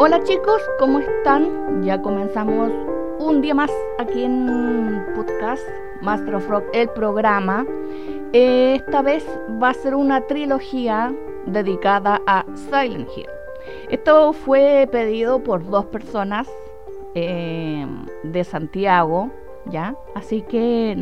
Hola chicos, ¿cómo están? Ya comenzamos un día más aquí en podcast Master of Rock, el programa. Esta vez va a ser una trilogía dedicada a Silent Hill. Esto fue pedido por dos personas de Santiago, ¿ya? Así que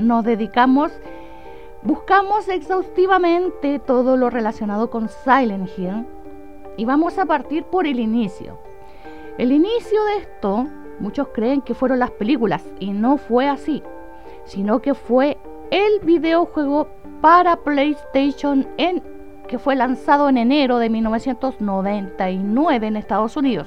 buscamos exhaustivamente todo lo relacionado con Silent Hill y vamos a partir por el inicio. El inicio de esto, muchos creen que fueron las películas y no fue así, sino que fue el videojuego para PlayStation que fue lanzado en enero de 1999 en Estados Unidos.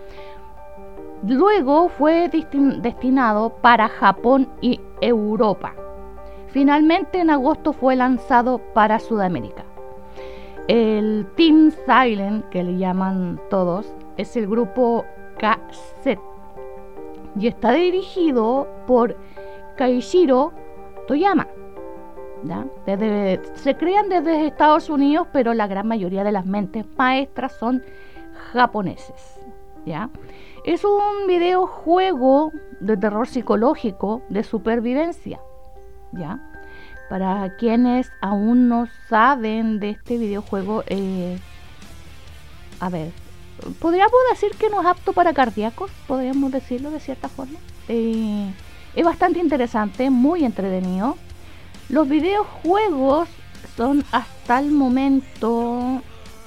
Luego fue destinado para Japón y Europa. Finalmente en agosto fue lanzado para Sudamérica. El Team Silent, que le llaman todos, es el grupo KZ y está dirigido por Keishiro Toyama, ¿ya? Se crean desde Estados Unidos, pero la gran mayoría de las mentes maestras son japoneses, ¿ya? Es un videojuego de terror psicológico de supervivencia, ¿ya? Para quienes aún no saben de este videojuego, podríamos decir que no es apto para cardíacos, podríamos decirlo de cierta forma. Es bastante interesante, muy entretenido. Los videojuegos son hasta el momento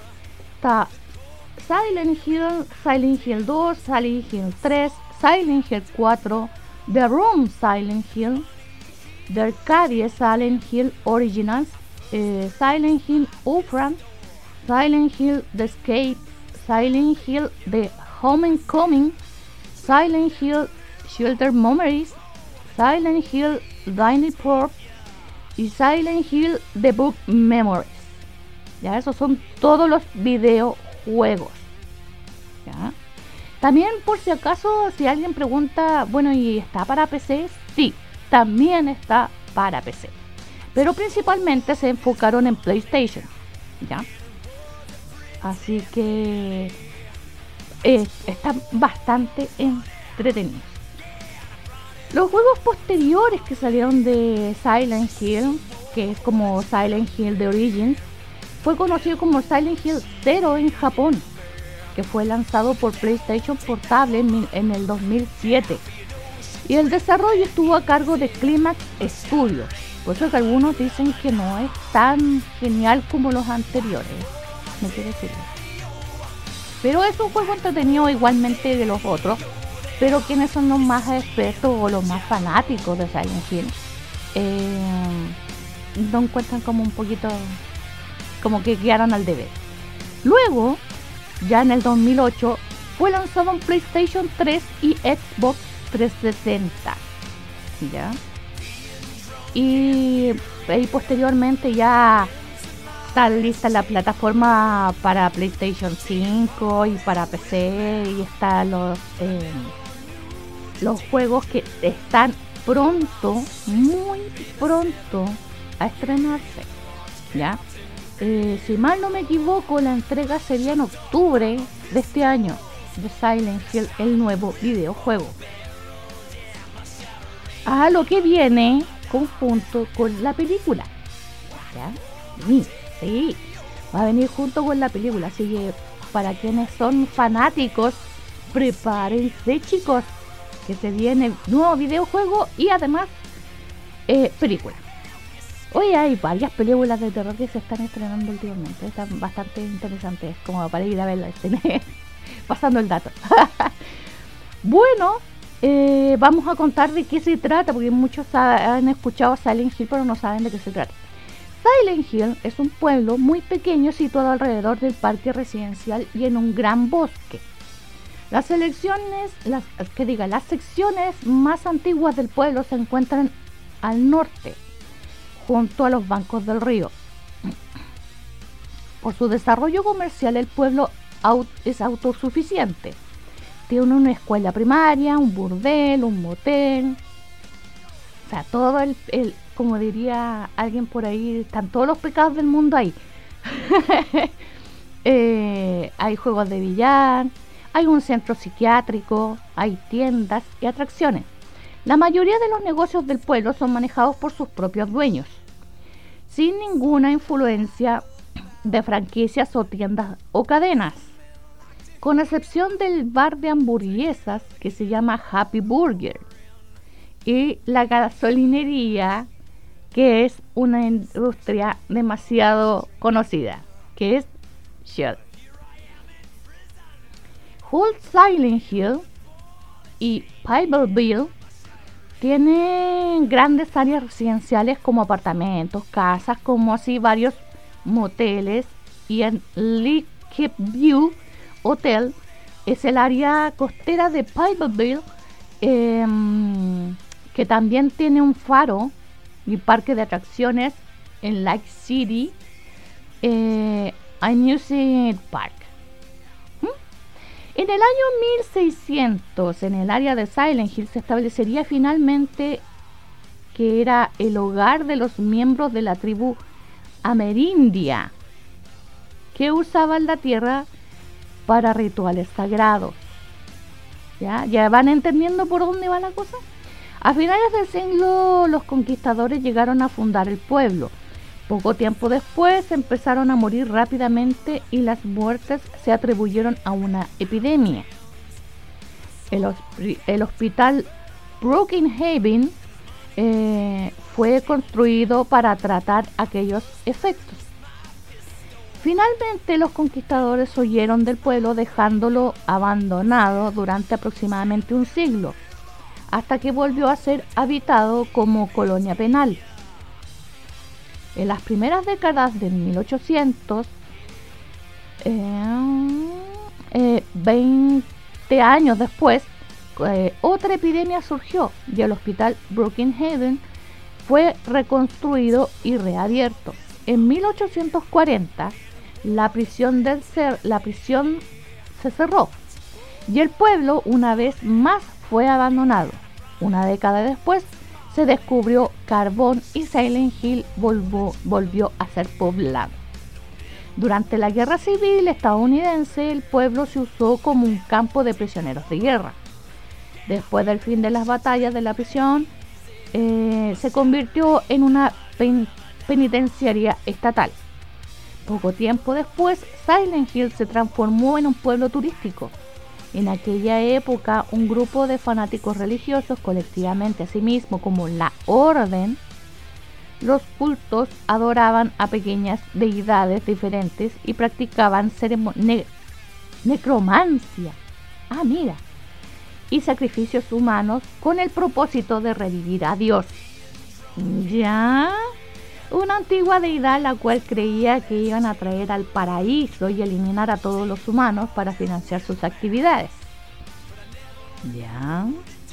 Silent Hill 2, Silent Hill 3, Silent Hill 4, The Room Silent Hill, The Arcade Silent Hill Originals, Silent Hill Upfront, Silent Hill The Escape, Silent Hill The Homecoming, Silent Hill Shelter Memories, Silent Hill Dine Port y Silent Hill The Book Memories. Ya, esos son todos los videojuegos. ¿Ya? También, por si acaso, si alguien pregunta, bueno, ¿y está para PC? Sí, también está para PC, pero principalmente se enfocaron en PlayStation, ¿ya? Así que están bastante entretenidos. Los juegos posteriores que salieron de Silent Hill, que es como Silent Hill The Origins, fue conocido como Silent Hill 0 en Japón, que fue lanzado por PlayStation Portable en el 2007. Y el desarrollo estuvo a cargo de Climax Studios. Por eso que algunos dicen que no es tan genial como los anteriores. No quiero decirlo. Pero es un juego entretenido igualmente de los otros. Pero quienes son los más expertos o los más fanáticos de Silent Hill lo encuentran como un poquito como que quedaron al deber. Luego, ya en el 2008, fue lanzado en PlayStation 3 y Xbox 360, ¿ya? Y posteriormente ya está lista la plataforma para PlayStation 5 y para PC, y están los juegos que están pronto, muy pronto a estrenarse, ¿ya? Si mal no me equivoco, la entrega sería en octubre de este año de Silent Hill, el nuevo videojuego. A lo que viene conjunto con la película, ¿ya? Sí, va a venir junto con la película, así que para quienes son fanáticos, prepárense chicos, que se viene nuevo videojuego y además película. Hoy hay varias películas de terror que se están estrenando últimamente, están bastante interesantes, como para ir a verlas, pasando el dato. Bueno, vamos a contar de qué se trata, porque muchos han escuchado Silent Hill pero no saben de qué se trata. Silent Hill es un pueblo muy pequeño situado alrededor del parque residencial y en un gran bosque. Las secciones más antiguas del pueblo se encuentran al norte, junto a los bancos del río. Por su desarrollo comercial, el pueblo es autosuficiente. Tiene una escuela primaria, un burdel, un motel. O sea, todo como diría alguien por ahí, están todos los pecados del mundo ahí. Hay juegos de billar, Hay un centro psiquiátrico, hay tiendas y atracciones. La mayoría de los negocios del pueblo son manejados por sus propios dueños, sin ninguna influencia de franquicias o tiendas o cadenas, con excepción del bar de hamburguesas que se llama Happy Burger y la gasolinería, que es una industria demasiado conocida, que es Shell. Old Silent Hill y Pebbleville tienen grandes áreas residenciales como apartamentos, casas, como así varios moteles, y en Lakeview Hotel es el área costera de Pebbleville, que también tiene un faro y parque de atracciones en Lake City, Amusement Park. En el año 1600, en el área de Silent Hill se establecería finalmente que era el hogar de los miembros de la tribu amerindia, que usaban la tierra para rituales sagrados. ¿Ya van entendiendo por dónde va la cosa? A finales del siglo, los conquistadores llegaron a fundar el pueblo. Poco tiempo después empezaron a morir rápidamente y las muertes se atribuyeron a una epidemia. El hospital Brookhaven fue construido para tratar aquellos efectos. Finalmente los conquistadores huyeron del pueblo dejándolo abandonado durante aproximadamente un siglo, hasta que volvió a ser habitado como colonia penal. En las primeras décadas de 1800, 20 años después, otra epidemia surgió y el hospital Brookhaven fue reconstruido y reabierto. En 1840, la prisión se cerró y el pueblo una vez más fue abandonado. Una década después, se descubrió carbón y Silent Hill volvió a ser poblado. Durante la Guerra Civil estadounidense, el pueblo se usó como un campo de prisioneros de guerra. Después del fin de las batallas de la prisión, se convirtió en una penitenciaria estatal. Poco tiempo después, Silent Hill se transformó en un pueblo turístico. En aquella época, un grupo de fanáticos religiosos, colectivamente a sí mismo como la Orden, los cultos adoraban a pequeñas deidades diferentes y practicaban necromancia. Mira. Y sacrificios humanos con el propósito de revivir a Dios. ¿Ya? Una antigua deidad la cual creía que iban a traer al paraíso y eliminar a todos los humanos para financiar sus actividades. ¿Ya?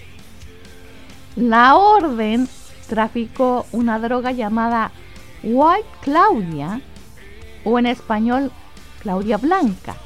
La Orden traficó una droga llamada White Claudia, o en español Claudia Blanca,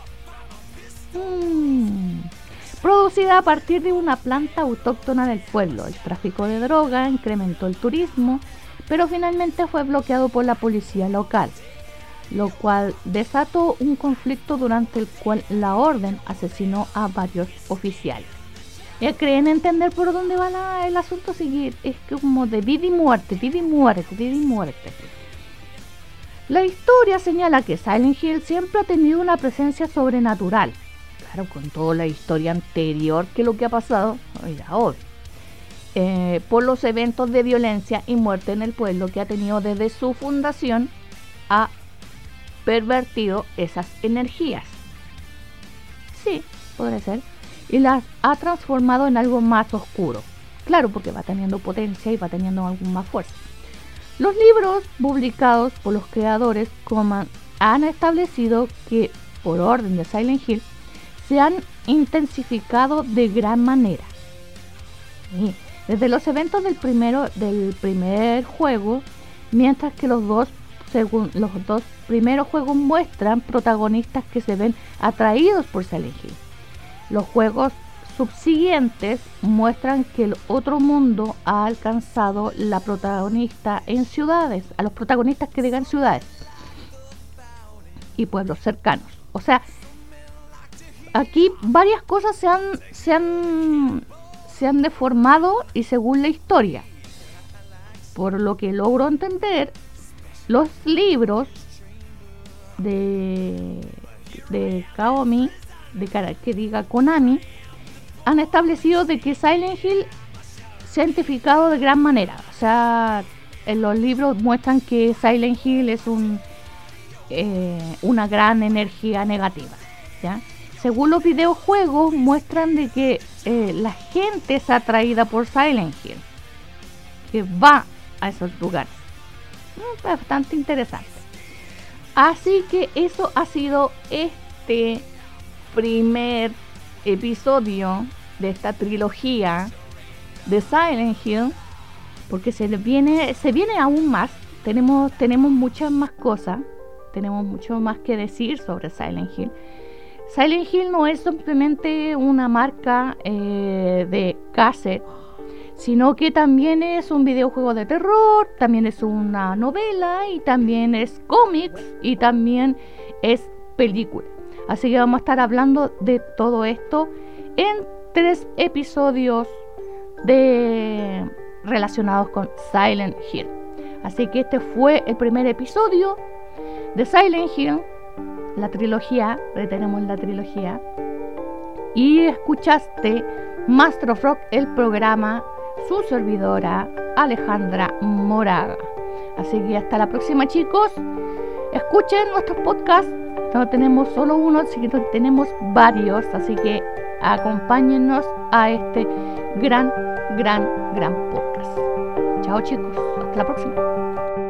producida a partir de una planta autóctona del pueblo. El tráfico de droga incrementó el turismo, pero finalmente fue bloqueado por la policía local, lo cual desató un conflicto durante el cual la Orden asesinó a varios oficiales. ¿Ya creen entender por dónde va el asunto? Sí, es como de vida y muerte, vida y muerte, vida y muerte. La historia señala que Silent Hill siempre ha tenido una presencia sobrenatural. Claro, con toda la historia anterior que lo que ha pasado, era obvio. Por los eventos de violencia y muerte en el pueblo que ha tenido desde su fundación, ha pervertido esas energías. Sí, podría ser. Y las ha transformado en algo más oscuro. Claro, porque va teniendo potencia y va teniendo algo más fuerza. Los libros publicados por los creadores han establecido que, por orden de Silent Hill, se han intensificado de gran manera. Sí. Desde los eventos del primer juego, mientras que los dos primeros juegos muestran protagonistas que se ven atraídos por Silent Hill. Los juegos subsiguientes muestran que el otro mundo ha alcanzado la protagonista en ciudades, a los protagonistas que digan ciudades y pueblos cercanos. O sea, aquí varias cosas se han deformado y según la historia. Por lo que logro entender, los libros de Konami, Konami, han establecido de que Silent Hill se ha identificado de gran manera. O sea, en los libros muestran que Silent Hill es una gran energía negativa, ¿ya? Según los videojuegos muestran de que la gente es atraída por Silent Hill, que va a esos lugares. Bastante interesante. Así que eso ha sido este primer episodio de esta trilogía de Silent Hill, porque se viene aún más. Tenemos muchas más cosas, tenemos mucho más que decir sobre Silent Hill. Silent Hill no es simplemente una marca de cassette, sino que también es un videojuego de terror, también es una novela y también es cómics y también es película. Así que vamos a estar hablando de todo esto en 3 episodios relacionados con Silent Hill. Así que este fue el primer episodio de Silent Hill, la trilogía, tenemos la trilogía, y escuchaste Master of Rock, el programa, su servidora Alejandra Moraga. Así que hasta la próxima, chicos. Escuchen nuestros podcasts. No tenemos solo uno, sino que tenemos varios. Así que acompáñennos a este gran podcast. Chao, chicos. Hasta la próxima.